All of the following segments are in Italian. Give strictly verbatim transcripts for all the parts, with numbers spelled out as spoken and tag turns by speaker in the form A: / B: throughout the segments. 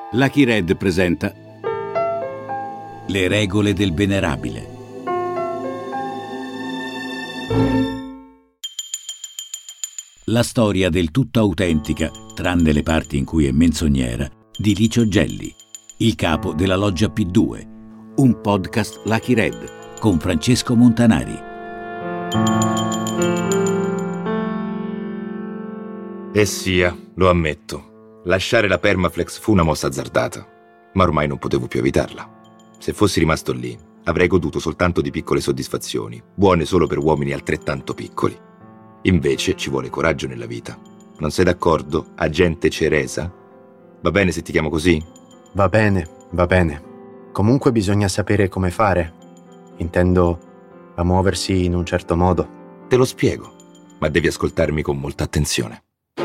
A: Lucky Red presenta Le regole del venerabile. La storia del tutto autentica, tranne le parti in cui è menzognera, di Licio Gelli, il capo della loggia P due, un podcast Lucky Red con Francesco Montanari.
B: E sia, lo ammetto, lasciare la Permaflex fu una mossa azzardata, ma ormai non potevo più evitarla. Se fossi rimasto lì, avrei goduto soltanto di piccole soddisfazioni, buone solo per uomini altrettanto piccoli. Invece ci vuole coraggio nella vita. Non sei d'accordo, agente Ceresa? Va bene se ti chiamo così?
C: Va bene, va bene. Comunque bisogna sapere come fare. Intendo a muoversi in un certo modo.
B: Te lo spiego, ma devi ascoltarmi con molta attenzione.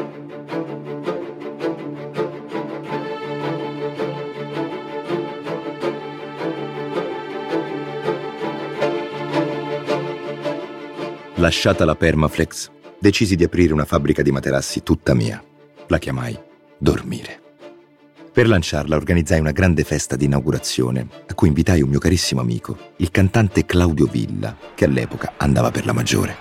B: Lasciata la Permaflex, decisi di aprire una fabbrica di materassi tutta mia. La chiamai Dormire. Per lanciarla organizzai una grande festa di inaugurazione a cui invitai un mio carissimo amico, il cantante Claudio Villa, che all'epoca andava per la maggiore.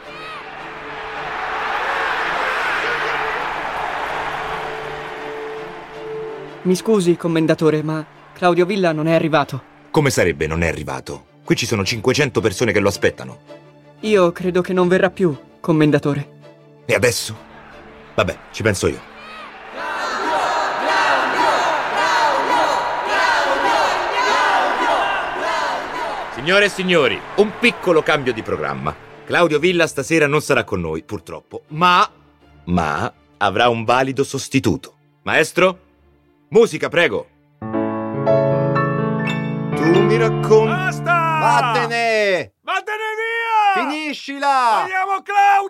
D: Mi scusi, commendatore, ma Claudio Villa non è arrivato.
B: Come sarebbe non è arrivato? Qui ci sono cinquecento persone che lo aspettano.
D: Io credo che non verrà più, commendatore.
B: E adesso? Vabbè, ci penso io.
E: Claudio! Claudio! Claudio! Claudio! Claudio!
B: Signore e signori, un piccolo cambio di programma. Claudio Villa stasera non sarà con noi, purtroppo, ma... ma avrà un valido sostituto. Maestro? Musica, prego. Tu mi racconti...
F: Basta!
C: Vattene!
F: Vattene via!
C: Finiscila!
F: Vogliamo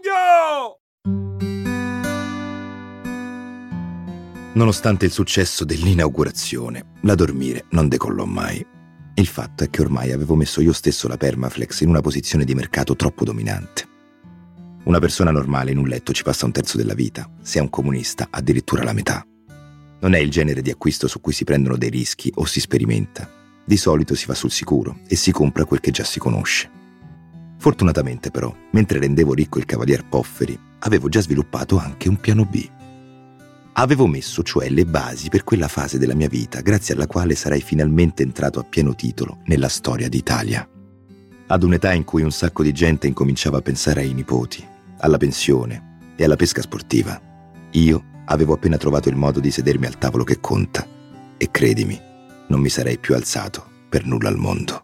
F: Claudio!
B: Nonostante il successo dell'inaugurazione, la Dormire non decollò mai. Il fatto è che ormai avevo messo io stesso la Permaflex in una posizione di mercato troppo dominante. Una persona normale in un letto ci passa un terzo della vita, se è un comunista addirittura la metà. Non è il genere di acquisto su cui si prendono dei rischi o si sperimenta. Di solito si va sul sicuro e si compra quel che già si conosce. Fortunatamente però, mentre rendevo ricco il cavalier Pofferi, avevo già sviluppato anche un piano B. Avevo messo cioè le basi per quella fase della mia vita grazie alla quale sarei finalmente entrato a pieno titolo nella storia d'Italia. Ad un'età in cui un sacco di gente incominciava a pensare ai nipoti, alla pensione e alla pesca sportiva, io avevo appena trovato il modo di sedermi al tavolo che conta e credimi, non mi sarei più alzato per nulla al mondo.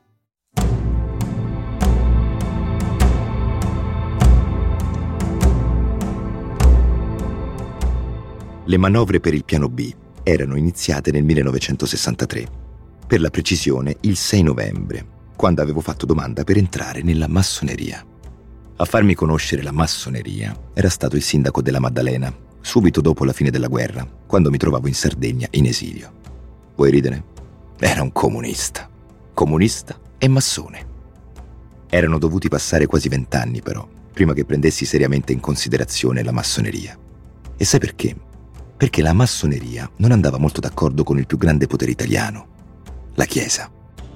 B: Le manovre per il piano B erano iniziate nel millenovecentosessantatré, per la precisione il sei novembre, quando avevo fatto domanda per entrare nella massoneria. A farmi conoscere la massoneria era stato il sindaco della Maddalena, subito dopo la fine della guerra, quando mi trovavo in Sardegna in esilio. Vuoi ridere? Era un comunista. Comunista e massone. Erano dovuti passare quasi vent'anni però, prima che prendessi seriamente in considerazione la massoneria. E sai perché? Perché la massoneria non andava molto d'accordo con il più grande potere italiano, la Chiesa.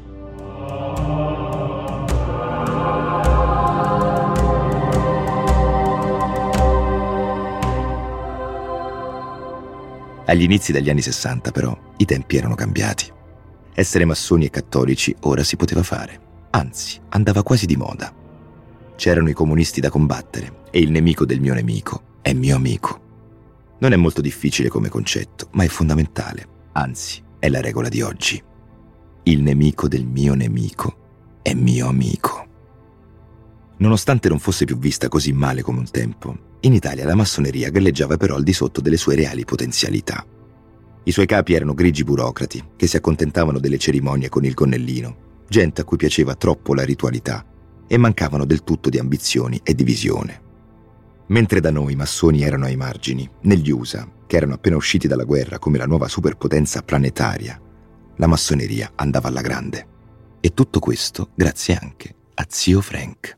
B: Agli inizi degli anni sessanta, però, i tempi erano cambiati. Essere massoni e cattolici ora si poteva fare, anzi, andava quasi di moda. C'erano i comunisti da combattere e il nemico del mio nemico è mio amico. Non è molto difficile come concetto, ma è fondamentale, anzi, è la regola di oggi. Il nemico del mio nemico è mio amico. Nonostante non fosse più vista così male come un tempo, in Italia la massoneria galleggiava però al di sotto delle sue reali potenzialità. I suoi capi erano grigi burocrati che si accontentavano delle cerimonie con il gonnellino, gente a cui piaceva troppo la ritualità e mancavano del tutto di ambizioni e di visione. Mentre da noi i massoni erano ai margini, negli U S A, che erano appena usciti dalla guerra come la nuova superpotenza planetaria, la massoneria andava alla grande. E tutto questo grazie anche a zio Frank.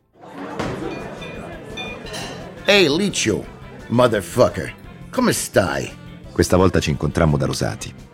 G: Ehi, Licio, motherfucker, come stai?
B: Questa volta ci incontrammo da Rosati.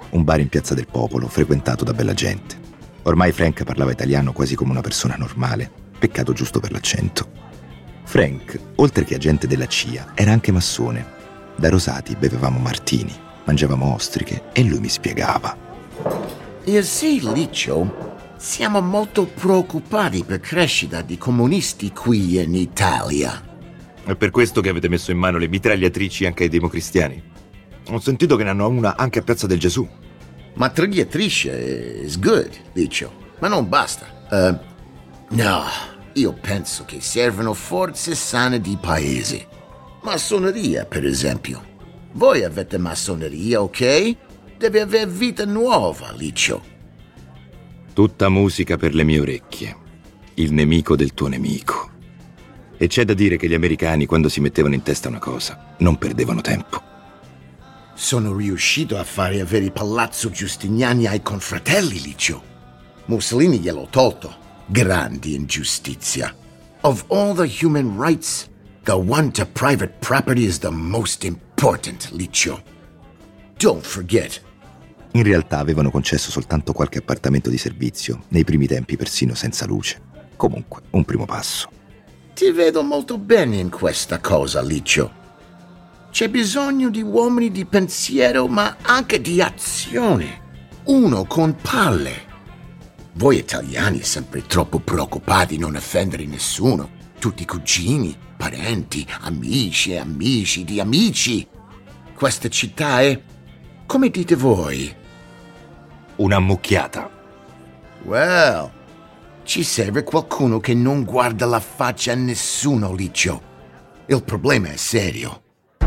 B: un bar in Piazza del Popolo frequentato da bella gente. Ormai Frank parlava italiano quasi come una persona normale, peccato giusto per l'accento. Frank, oltre che agente della C I A, era anche massone. Da Rosati bevevamo martini, mangiavamo ostriche e lui mi spiegava.
F: E sì, Licio, siamo molto preoccupati per crescita di comunisti qui in Italia.
G: È per questo che avete messo in mano le mitragliatrici anche ai democristiani? Ho sentito che ne hanno una anche a Piazza del Gesù.
F: Mitragliatrice is good, Licio, ma non basta. Uh, no, io penso che servono forze sane di paese. Massoneria, per esempio. Voi avete massoneria, ok? Deve aver vita nuova, Licio.
G: Tutta musica per le mie orecchie. Il nemico del tuo nemico. E c'è da dire che gli americani, quando si mettevano in testa una cosa, non perdevano tempo.
F: Sono riuscito a fare avere il Palazzo Giustiniani ai confratelli, Licio. Mussolini gliel'ho tolto. Grande ingiustizia. Of all the human rights, the one to private property is the most important, Licio. Don't forget.
B: In realtà avevano concesso soltanto qualche appartamento di servizio, nei primi tempi persino senza luce. Comunque, un primo passo.
F: Ti vedo molto bene in questa cosa, Licio. C'è bisogno di uomini di pensiero, ma anche di azione. Uno con palle. Voi italiani sempre troppo preoccupati di non offendere nessuno. Tutti cugini, parenti, amici e amici di amici. Questa città è, come dite voi,
G: una mucchiata.
F: Well, ci serve qualcuno che non guarda la faccia a nessuno, Licio. Il problema è serio.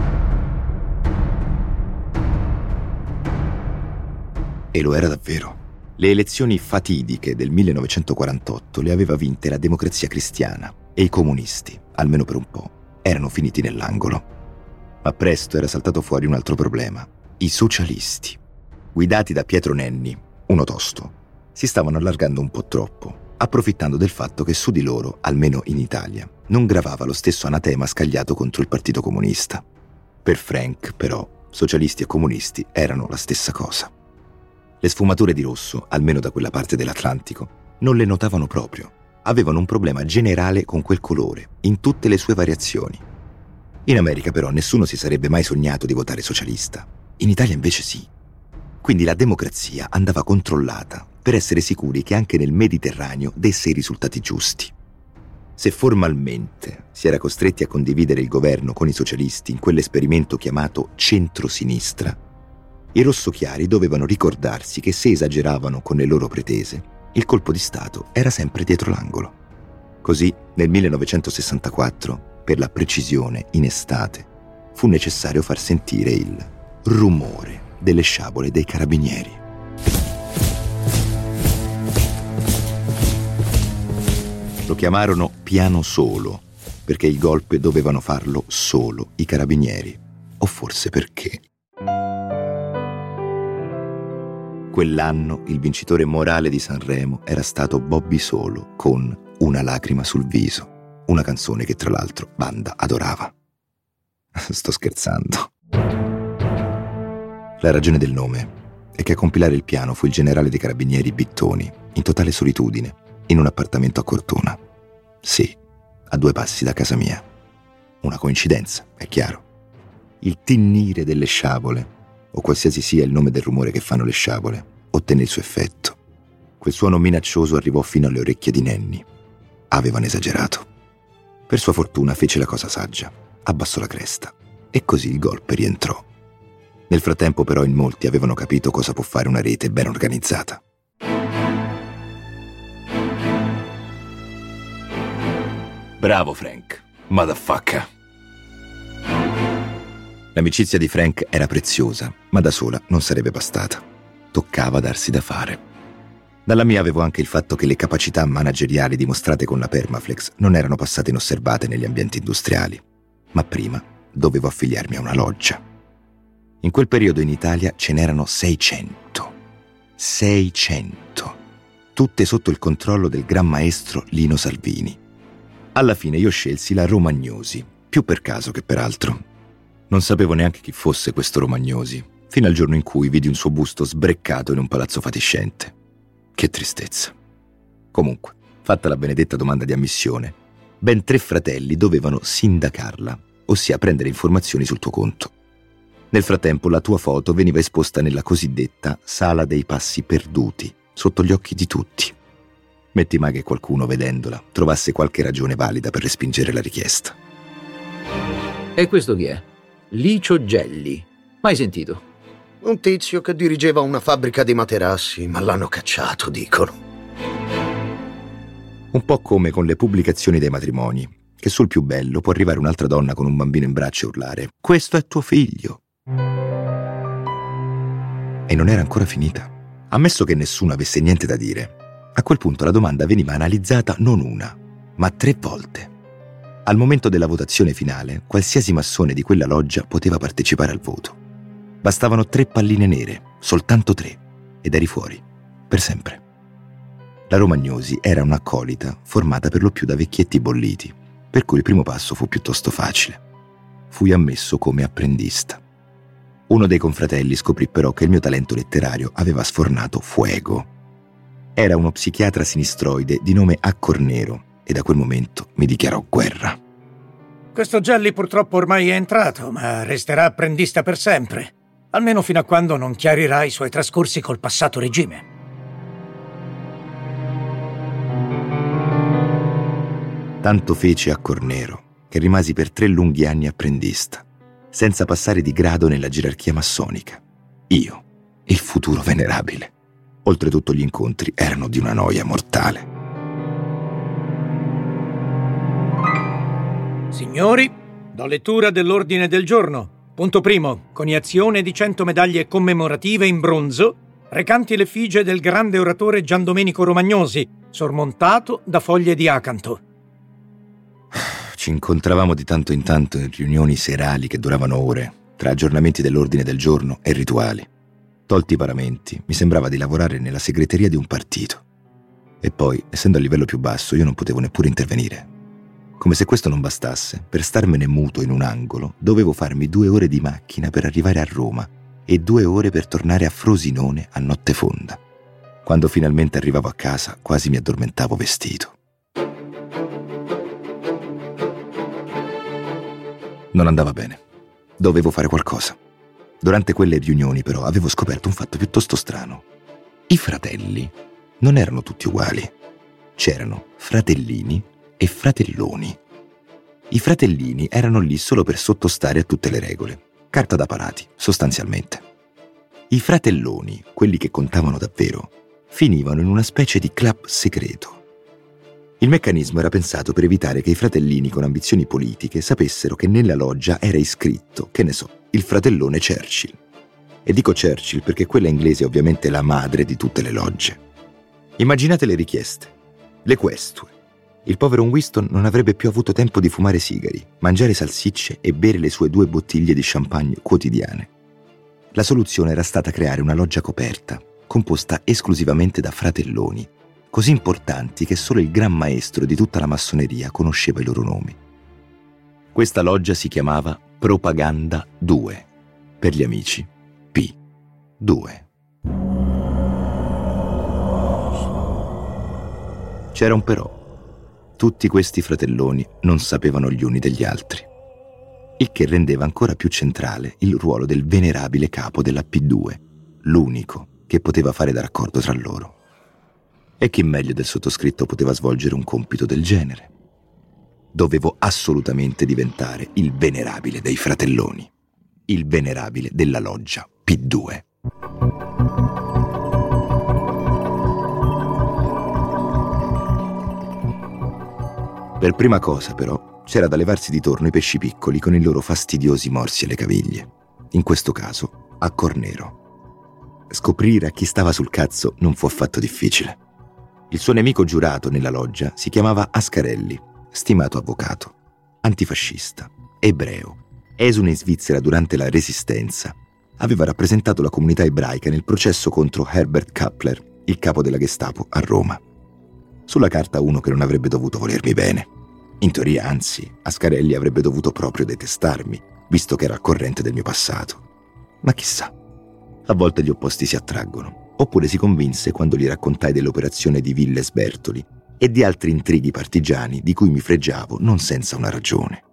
B: E lo era davvero. Le elezioni fatidiche del millenovecentoquarantotto le aveva vinte la Democrazia Cristiana e i comunisti, almeno per un po', erano finiti nell'angolo. Ma presto era saltato fuori un altro problema. I socialisti, guidati da Pietro Nenni, uno tosto, si stavano allargando un po' troppo, approfittando del fatto che su di loro, almeno in Italia, non gravava lo stesso anatema scagliato contro il Partito Comunista. Per Frank, però, socialisti e comunisti erano la stessa cosa. Le sfumature di rosso, almeno da quella parte dell'Atlantico, non le notavano proprio. Avevano un problema generale con quel colore, in tutte le sue variazioni. In America però nessuno si sarebbe mai sognato di votare socialista. In Italia invece sì. Quindi la democrazia andava controllata per essere sicuri che anche nel Mediterraneo desse i risultati giusti. Se formalmente si era costretti a condividere il governo con i socialisti in quell'esperimento chiamato centrosinistra, i rossocchiari dovevano ricordarsi che se esageravano con le loro pretese, il colpo di Stato era sempre dietro l'angolo. Così, nel millenovecentosessantaquattro, per la precisione in estate, fu necessario far sentire il rumore delle sciabole dei carabinieri. Lo chiamarono piano solo, perché il golpe dovevano farlo solo i carabinieri, o forse perché... Quell'anno il vincitore morale di Sanremo era stato Bobby Solo con Una lacrima sul viso, una canzone che tra l'altro Banda adorava. Sto scherzando. La ragione del nome è che a compilare il piano fu il generale dei carabinieri Bittoni, in totale solitudine, in un appartamento a Cortona. Sì, a due passi da casa mia. Una coincidenza, è chiaro. Il tinnire delle sciabole, o qualsiasi sia il nome del rumore che fanno le sciabole, ottenne il suo effetto. Quel suono minaccioso arrivò fino alle orecchie di Nenni. Avevano esagerato. Per sua fortuna fece la cosa saggia, abbassò la cresta, e così il golpe rientrò. Nel frattempo però in molti avevano capito cosa può fare una rete ben organizzata.
G: Bravo Frank, motherfucker.
B: L'amicizia di Frank era preziosa, ma da sola non sarebbe bastata. Toccava darsi da fare. Dalla mia avevo anche il fatto che le capacità manageriali dimostrate con la Permaflex non erano passate inosservate negli ambienti industriali. Ma prima dovevo affiliarmi a una loggia. In quel periodo in Italia ce n'erano seicento. seicento. Tutte sotto il controllo del gran maestro Lino Salvini. Alla fine io scelsi la Romagnosi, più per caso che per altro. Non sapevo neanche chi fosse questo Romagnosi. fino al giorno in cui vidi un suo busto sbreccato in un palazzo fatiscente. Che tristezza. Comunque, fatta la benedetta domanda di ammissione, ben tre fratelli dovevano sindacarla, ossia prendere informazioni sul tuo conto. Nel frattempo la tua foto veniva esposta nella cosiddetta sala dei passi perduti, sotto gli occhi di tutti. Metti mai che qualcuno, vedendola, trovasse qualche ragione valida per respingere la richiesta.
H: E questo chi è? Licio Gelli. Mai sentito?
I: Un tizio che dirigeva una fabbrica di materassi, ma l'hanno cacciato, dicono.
B: Un po' come con le pubblicazioni dei matrimoni, che sul più bello può arrivare un'altra donna con un bambino in braccio e urlare «Questo è tuo figlio!». E non era ancora finita. Ammesso che nessuno avesse niente da dire, a quel punto la domanda veniva analizzata non una, ma tre volte. Al momento della votazione finale, qualsiasi massone di quella loggia poteva partecipare al voto. Bastavano tre palline nere, soltanto tre, ed eri fuori, per sempre. La Romagnosi era un'accolita formata per lo più da vecchietti bolliti, per cui il primo passo fu piuttosto facile. Fui ammesso come apprendista. Uno dei confratelli scoprì però che il mio talento letterario aveva sfornato fuego. Era uno psichiatra sinistroide di nome Accornero e da quel momento mi dichiarò guerra.
J: Questo Gelli purtroppo ormai è entrato, ma resterà apprendista per sempre, almeno fino a quando non chiarirà i suoi trascorsi col passato regime.
B: Tanto fece Accornero che rimasi per tre lunghi anni apprendista, senza passare di grado nella gerarchia massonica. Io, il futuro venerabile. Oltretutto gli incontri erano di una noia mortale.
J: Signori, do lettura dell'ordine del giorno. Punto primo, coniazione di cento medaglie commemorative in bronzo, recanti l'effigie del grande oratore Giandomenico Romagnosi, sormontato da foglie di acanto.
B: Ci incontravamo di tanto in tanto in riunioni serali che duravano ore, tra aggiornamenti dell'ordine del giorno e rituali. Tolti i paramenti, mi sembrava di lavorare nella segreteria di un partito. E poi, essendo a livello più basso, io non potevo neppure intervenire. Come se questo non bastasse, per starmene muto in un angolo, dovevo farmi due ore di macchina per arrivare a Roma e due ore per tornare a Frosinone a notte fonda. Quando finalmente arrivavo a casa, quasi mi addormentavo vestito. Non andava bene. Dovevo fare qualcosa. Durante quelle riunioni, però, avevo scoperto un fatto piuttosto strano. I fratelli non erano tutti uguali. C'erano fratellini e fratelloni. I fratellini erano lì solo per sottostare a tutte le regole. Carta da parati, sostanzialmente. I fratelloni, quelli che contavano davvero, finivano in una specie di club segreto. Il meccanismo era pensato per evitare che i fratellini con ambizioni politiche sapessero che nella loggia era iscritto, che ne so, il fratellone Churchill. E dico Churchill perché quella inglese è ovviamente la madre di tutte le logge. Immaginate le richieste, le questue. Il povero Winston non avrebbe più avuto tempo di fumare sigari, mangiare salsicce e bere le sue due bottiglie di champagne quotidiane. La soluzione era stata creare una loggia coperta, composta esclusivamente da fratelloni, così importanti che solo il gran maestro di tutta la massoneria conosceva i loro nomi. Questa loggia si chiamava Propaganda due, per gli amici P due. C'era un però. Tutti questi fratelloni non sapevano gli uni degli altri, il che rendeva ancora più centrale il ruolo del venerabile capo della P due, l'unico che poteva fare da raccordo tra loro. E chi meglio del sottoscritto poteva svolgere un compito del genere? Dovevo assolutamente diventare il venerabile dei fratelloni, il venerabile della loggia P due. Per prima cosa, però, c'era da levarsi di torno i pesci piccoli con i loro fastidiosi morsi alle caviglie. In questo caso, Accornero. Scoprire a chi stava sul cazzo non fu affatto difficile. Il suo nemico giurato nella loggia si chiamava Ascarelli, stimato avvocato, antifascista, ebreo, esule in Svizzera durante la Resistenza. Aveva rappresentato la comunità ebraica nel processo contro Herbert Kappler, il capo della Gestapo, a Roma. Sulla carta uno che non avrebbe dovuto volermi bene. In teoria, anzi, Ascarelli avrebbe dovuto proprio detestarmi, visto che era al corrente del mio passato. Ma chissà, A volte gli opposti si attraggono. Oppure si convinse quando gli raccontai dell'operazione di Villes Bertoli e di altri intrighi partigiani di cui mi fregiavo non senza una ragione.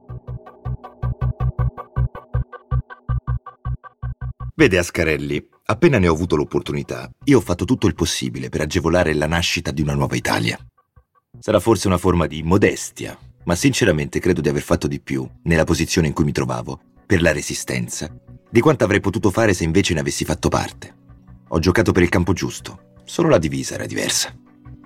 G: Vede Ascarelli, appena ne ho avuto l'opportunità, io ho fatto tutto il possibile per agevolare la nascita di una nuova Italia. Sarà forse una forma di modestia, ma sinceramente credo di aver fatto di più, nella posizione in cui mi trovavo, per la Resistenza, di quanto avrei potuto fare se invece ne avessi fatto parte. Ho giocato per il campo giusto, solo la divisa era diversa.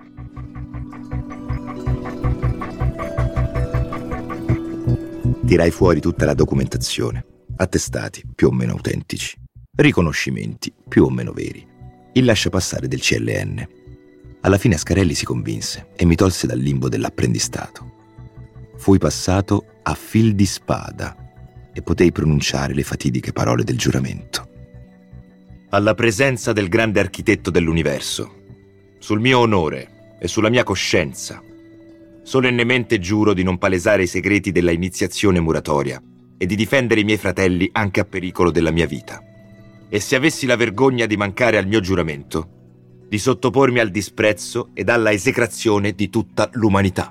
B: Tirai fuori tutta la documentazione, attestati più o meno autentici, riconoscimenti più o meno veri, il lasciapassare del C L N. Alla fine Ascarelli si convinse e mi tolse dal limbo dell'apprendistato. Fui passato a fil di spada e potei pronunciare le fatidiche parole del giuramento.
G: Alla presenza del grande architetto dell'universo, sul mio onore e sulla mia coscienza, solennemente giuro di non palesare i segreti della iniziazione muratoria e di difendere i miei fratelli anche a pericolo della mia vita. E se avessi la vergogna di mancare al mio giuramento, di sottopormi al disprezzo ed alla esecrazione di tutta l'umanità.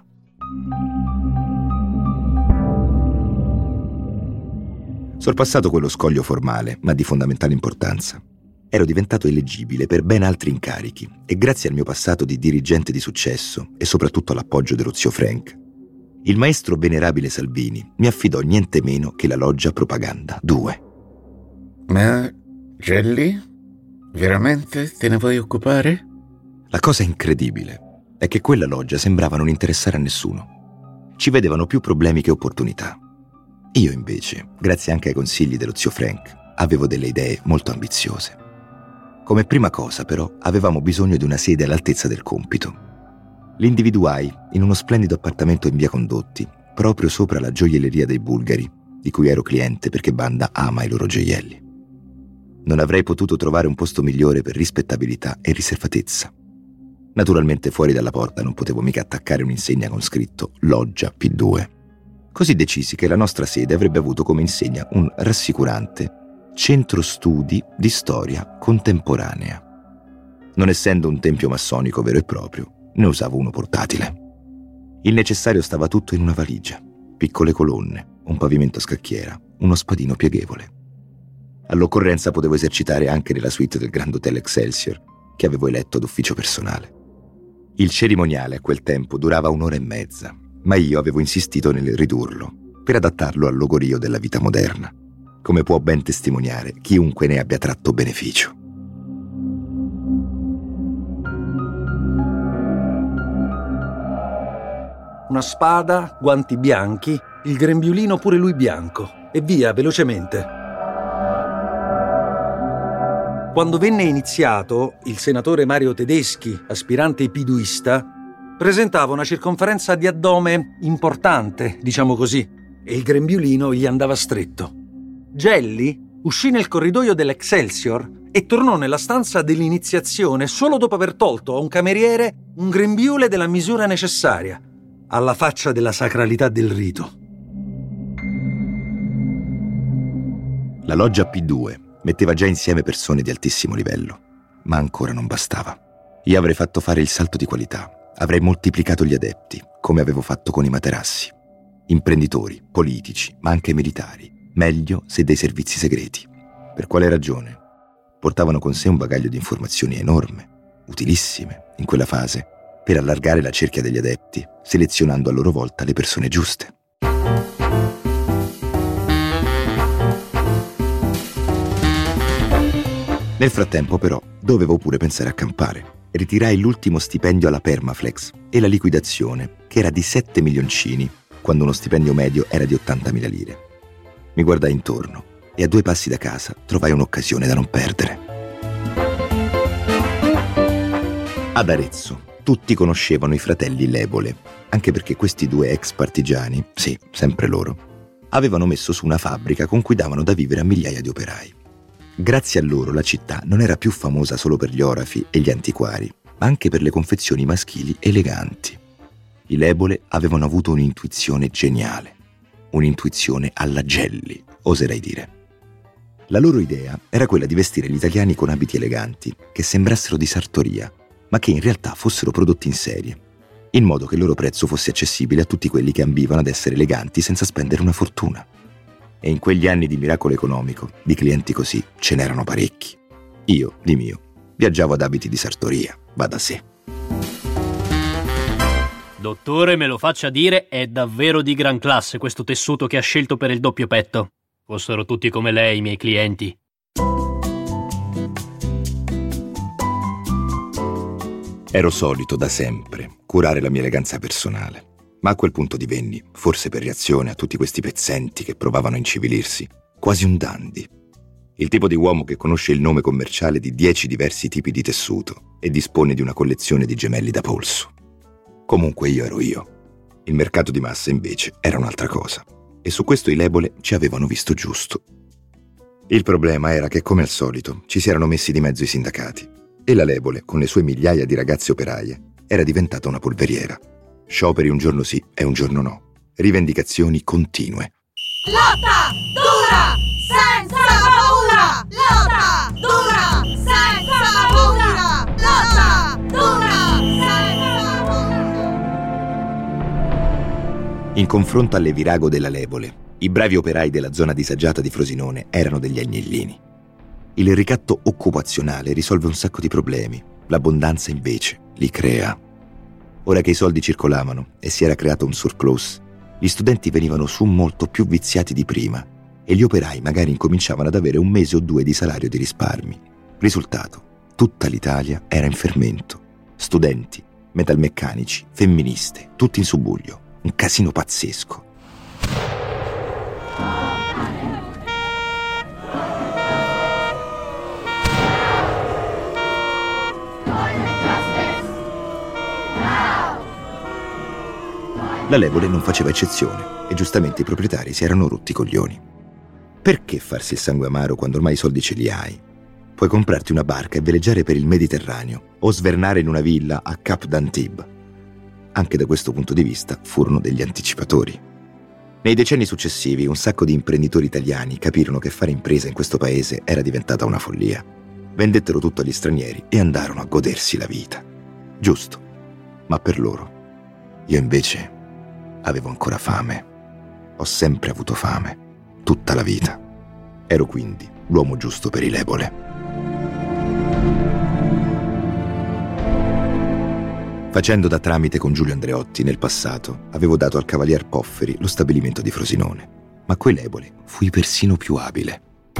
B: Sorpassato quello scoglio formale, ma di fondamentale importanza, ero diventato eleggibile per ben altri incarichi e grazie al mio passato di dirigente di successo e soprattutto all'appoggio dello zio Frank, il maestro venerabile Salvini mi affidò niente meno che la loggia Propaganda due.
F: Ma, Gelli, veramente te ne vuoi occupare?
B: La cosa incredibile è che quella loggia sembrava non interessare a nessuno. Ci vedevano più problemi che opportunità. Io invece, grazie anche ai consigli dello zio Frank, avevo delle idee molto ambiziose. Come prima cosa, però, avevamo bisogno di una sede all'altezza del compito. L'individuai in uno splendido appartamento in via Condotti, proprio sopra la gioielleria dei Bulgari, di cui ero cliente perché Banda ama i loro gioielli. Non avrei potuto trovare un posto migliore per rispettabilità e riservatezza. Naturalmente fuori dalla porta non potevo mica attaccare un'insegna con scritto Loggia P due. Così decisi che la nostra sede avrebbe avuto come insegna un rassicurante Centro Studi di Storia Contemporanea. Non essendo un tempio massonico vero e proprio, ne usavo uno portatile. Il necessario stava tutto in una valigia, piccole colonne, un pavimento a scacchiera, uno spadino pieghevole. All'occorrenza potevo esercitare anche nella suite del Grand Hotel Excelsior, che avevo eletto d'ufficio personale. Il cerimoniale a quel tempo durava un'ora e mezza, ma io avevo insistito nel ridurlo, per adattarlo al logorio della vita moderna, come può ben testimoniare chiunque ne abbia tratto beneficio.
H: Una spada, guanti bianchi, il grembiulino pure lui bianco, e via, velocemente. Quando venne iniziato, il senatore Mario Tedeschi, aspirante piduista, presentava una circonferenza di addome importante, diciamo così, e il grembiulino gli andava stretto. Gelli uscì nel corridoio dell'Excelsior e tornò nella stanza dell'iniziazione solo dopo aver tolto a un cameriere un grembiule della misura necessaria, alla faccia della sacralità del rito.
B: La loggia P due metteva già insieme persone di altissimo livello, ma ancora non bastava. Io avrei fatto fare il salto di qualità, avrei moltiplicato gli adepti, come avevo fatto con i materassi. Imprenditori, politici, ma anche militari, meglio se dei servizi segreti. Per quale ragione? Portavano con sé un bagaglio di informazioni enorme, utilissime in quella fase, per allargare la cerchia degli adepti, selezionando a loro volta le persone giuste. Nel frattempo, però, dovevo pure pensare a campare. Ritirai l'ultimo stipendio alla Permaflex e la liquidazione, che era di sette milioncini, quando uno stipendio medio era di ottantamila lire. Mi guardai intorno e a due passi da casa trovai un'occasione da non perdere. Ad Arezzo tutti conoscevano i fratelli Lebole, anche perché questi due ex partigiani, sì, sempre loro, avevano messo su una fabbrica con cui davano da vivere a migliaia di operai. Grazie a loro la città non era più famosa solo per gli orafi e gli antiquari, ma anche per le confezioni maschili eleganti. I Lebole avevano avuto un'intuizione geniale, un'intuizione alla Gelli, oserei dire. La loro idea era quella di vestire gli italiani con abiti eleganti, che sembrassero di sartoria, ma che in realtà fossero prodotti in serie, in modo che il loro prezzo fosse accessibile a tutti quelli che ambivano ad essere eleganti senza spendere una fortuna. E in quegli anni di miracolo economico, di clienti così, ce n'erano parecchi. Io, di mio, viaggiavo ad abiti di sartoria, va da sé.
K: Dottore, me lo faccia dire, è davvero di gran classe questo tessuto che ha scelto per il doppio petto. Fossero tutti come lei, i miei clienti.
B: Ero solito da sempre curare la mia eleganza personale, ma a quel punto divenni, forse per reazione a tutti questi pezzenti che provavano a incivilirsi, quasi un dandy. Il tipo di uomo che conosce il nome commerciale di dieci diversi tipi di tessuto e dispone di una collezione di gemelli da polso. Comunque io ero io. Il mercato di massa invece era un'altra cosa. E su questo i Lebole ci avevano visto giusto. Il problema era che, come al solito, ci si erano messi di mezzo i sindacati e la Lebole, con le sue migliaia di ragazze operaie, era diventata una polveriera. Scioperi un giorno sì e un giorno no. Rivendicazioni continue.
E: Lotta dura, senza paura! Lotta dura, senza paura! Lotta dura, senza paura!
B: In confronto alle virago della Lebole, i bravi operai della zona disagiata di Frosinone erano degli agnellini. Il ricatto occupazionale risolve un sacco di problemi, l'abbondanza invece li crea. Ora che i soldi circolavano e si era creato un surplus, gli studenti venivano su molto più viziati di prima e gli operai magari incominciavano ad avere un mese o due di salario di risparmi. Risultato, tutta l'Italia era in fermento. Studenti, metalmeccanici, femministe, tutti in subbuglio. Un casino pazzesco. La Lebole non faceva eccezione e giustamente i proprietari si erano rotti i coglioni. Perché farsi il sangue amaro quando ormai i soldi ce li hai? Puoi comprarti una barca e veleggiare per il Mediterraneo o svernare in una villa a Cap d'Antibes. Anche da questo punto di vista furono degli anticipatori. Nei decenni successivi un sacco di imprenditori italiani capirono che fare impresa in questo paese era diventata una follia. Vendettero tutto agli stranieri e andarono a godersi la vita. Giusto, ma per loro. Io invece avevo ancora fame. Ho sempre avuto fame, tutta la vita. Ero quindi l'uomo giusto per i Lebole. Facendo da tramite con Giulio Andreotti nel passato, avevo dato al Cavalier Pofferi lo stabilimento di Frosinone, ma coi Lebole fui persino più abile.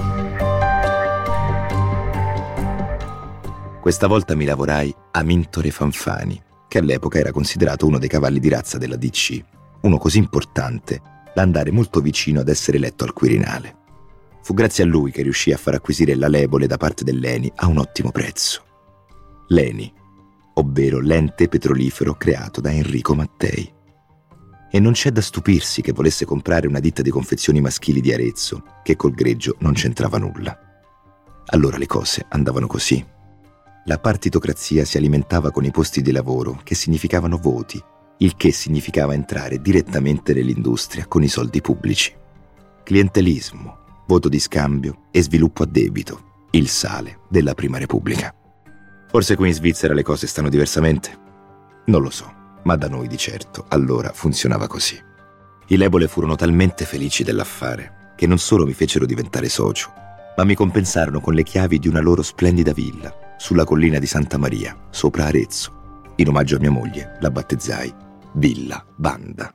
B: Questa volta mi lavorai a Mintore Fanfani, che all'epoca era considerato uno dei cavalli di razza della D C, uno così importante da andare molto vicino ad essere eletto al Quirinale. Fu grazie a lui che riuscì a far acquisire la Lebole da parte dell'Eni a un ottimo prezzo. L'Eni, ovvero l'ente petrolifero creato da Enrico Mattei. E non c'è da stupirsi che volesse comprare una ditta di confezioni maschili di Arezzo, che col greggio non c'entrava nulla. Allora le cose andavano così. La partitocrazia si alimentava con i posti di lavoro, che significavano voti, il che significava entrare direttamente nell'industria con i soldi pubblici. Clientelismo, voto di scambio e sviluppo a debito, il sale della Prima Repubblica. Forse qui in Svizzera le cose stanno diversamente? Non lo so, ma da noi di certo allora funzionava così. I Lebole furono talmente felici dell'affare che non solo mi fecero diventare socio, ma mi compensarono con le chiavi di una loro splendida villa sulla collina di Santa Maria, sopra Arezzo. In omaggio a mia moglie la battezzai Villa Banda.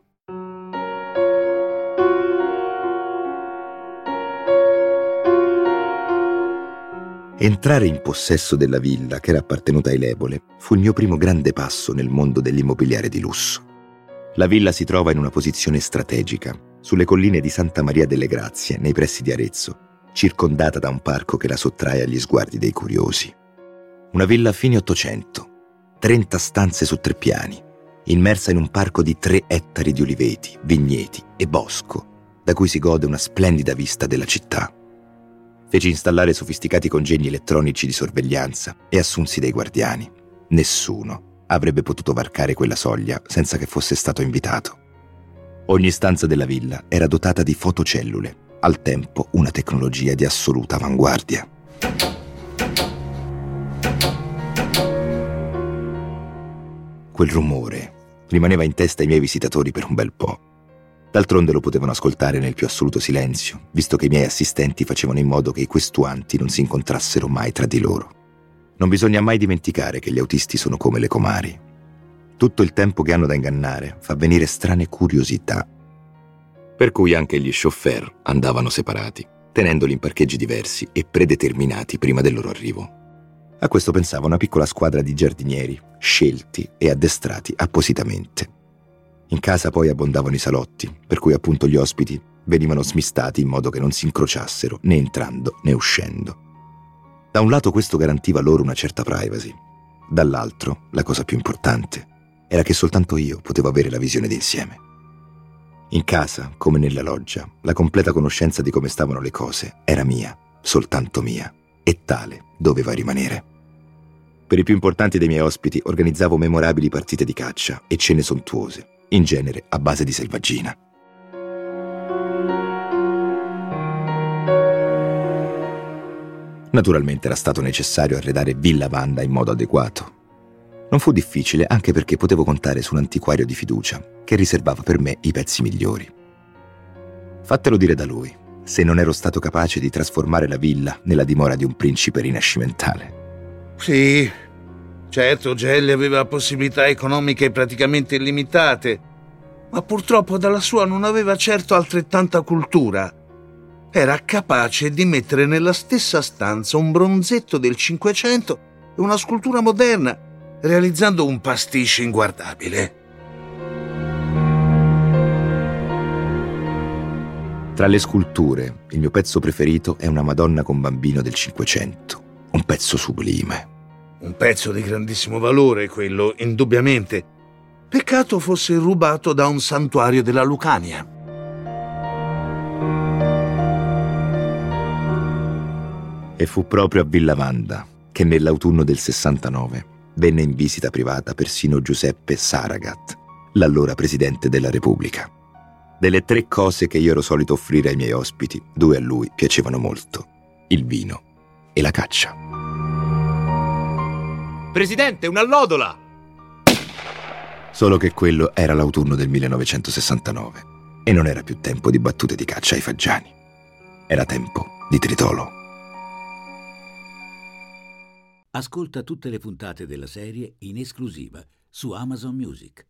B: Entrare in possesso della villa che era appartenuta ai Lebole fu il mio primo grande passo nel mondo dell'immobiliare di lusso. La villa si trova in una posizione strategica, sulle colline di Santa Maria delle Grazie, nei pressi di Arezzo, circondata da un parco che la sottrae agli sguardi dei curiosi. Una villa a fine Ottocento, trenta stanze su tre piani, immersa in un parco di tre ettari di oliveti, vigneti e bosco, da cui si gode una splendida vista della città. Feci installare sofisticati congegni elettronici di sorveglianza e assunsi dei guardiani. Nessuno avrebbe potuto varcare quella soglia senza che fosse stato invitato. Ogni stanza della villa era dotata di fotocellule, al tempo una tecnologia di assoluta avanguardia. Quel rumore rimaneva in testa ai miei visitatori per un bel po'. D'altronde lo potevano ascoltare nel più assoluto silenzio, visto che i miei assistenti facevano in modo che i questuanti non si incontrassero mai tra di loro. Non bisogna mai dimenticare che gli autisti sono come le comari. Tutto il tempo che hanno da ingannare fa venire strane curiosità. Per cui anche gli chauffeur andavano separati, tenendoli in parcheggi diversi e predeterminati prima del loro arrivo. A questo pensava una piccola squadra di giardinieri, scelti e addestrati appositamente. In casa poi abbondavano i salotti, per cui appunto gli ospiti venivano smistati in modo che non si incrociassero né entrando né uscendo. Da un lato questo garantiva loro una certa privacy, dall'altro, la cosa più importante, era che soltanto io potevo avere la visione d'insieme. In casa, come nella loggia, la completa conoscenza di come stavano le cose era mia, soltanto mia, e tale doveva rimanere. Per i più importanti dei miei ospiti organizzavo memorabili partite di caccia e cene sontuose, in genere a base di selvaggina. Naturalmente era stato necessario arredare Villa Wanda in modo adeguato. Non fu difficile anche perché potevo contare su un antiquario di fiducia che riservava per me i pezzi migliori. Fatelo dire da lui, se non ero stato capace di trasformare la villa nella dimora di un principe rinascimentale.
I: Sì, certo, Gelli aveva possibilità economiche praticamente illimitate, ma purtroppo dalla sua non aveva certo altrettanta cultura. Era capace di mettere nella stessa stanza un bronzetto del Cinquecento e una scultura moderna, realizzando un pasticcio inguardabile.
B: Tra le sculture, il mio pezzo preferito è una Madonna con bambino del Cinquecento, un pezzo sublime.
I: Un pezzo di grandissimo valore, quello, indubbiamente. Peccato fosse rubato da un santuario della Lucania.
B: E fu proprio a Villa Wanda che nell'autunno del sessantanove venne in visita privata persino Giuseppe Saragat, l'allora presidente della Repubblica. Delle tre cose che io ero solito offrire ai miei ospiti, due a lui piacevano molto: il vino e la caccia.
G: Presidente, un'allodola!
B: Solo che quello era l'autunno del millenovecentosessantanove e non era più tempo di battute di caccia ai fagiani. Era tempo di tritolo.
A: Ascolta tutte le puntate della serie in esclusiva su Amazon Music.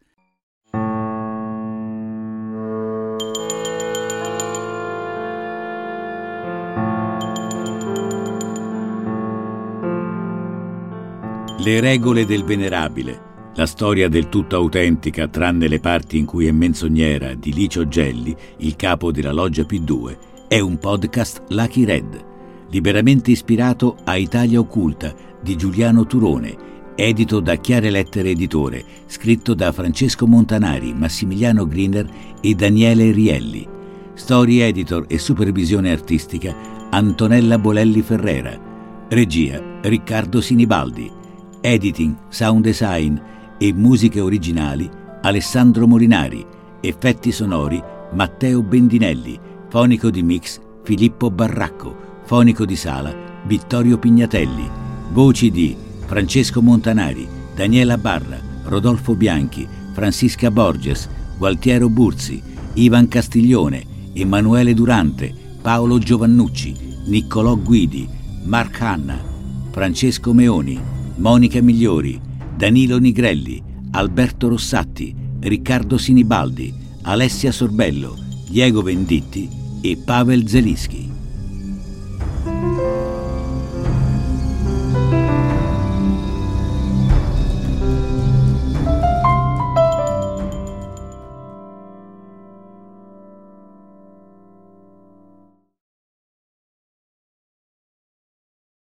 A: Le regole del venerabile, la storia del tutto autentica tranne le parti in cui è menzognera di Licio Gelli, il capo della loggia P due, è un podcast Lucky Red, liberamente ispirato a Italia Occulta di Giuliano Turone, edito da Chiare Lettere Editore, scritto da Francesco Montanari, Massimiliano Griner e Daniele Rielli. Story editor e supervisione artistica Antonella Bolelli Ferrera. Regia Riccardo Sinibaldi. Editing, sound design e musiche originali Alessandro Molinari. Effetti sonori Matteo Bendinelli. Fonico di mix Filippo Barracco. Fonico di sala Vittorio Pignatelli. Voci di Francesco Montanari, Daniela Barra, Rodolfo Bianchi, Francisca Borges, Gualtiero Burzi, Ivan Castiglione, Emanuele Durante, Paolo Giovannucci, Niccolò Guidi, Mark Hanna, Francesco Meoni, Monica Migliori, Danilo Nigrelli, Alberto Rossatti, Riccardo Sinibaldi, Alessia Sorbello, Diego Venditti e Pavel Zelischi.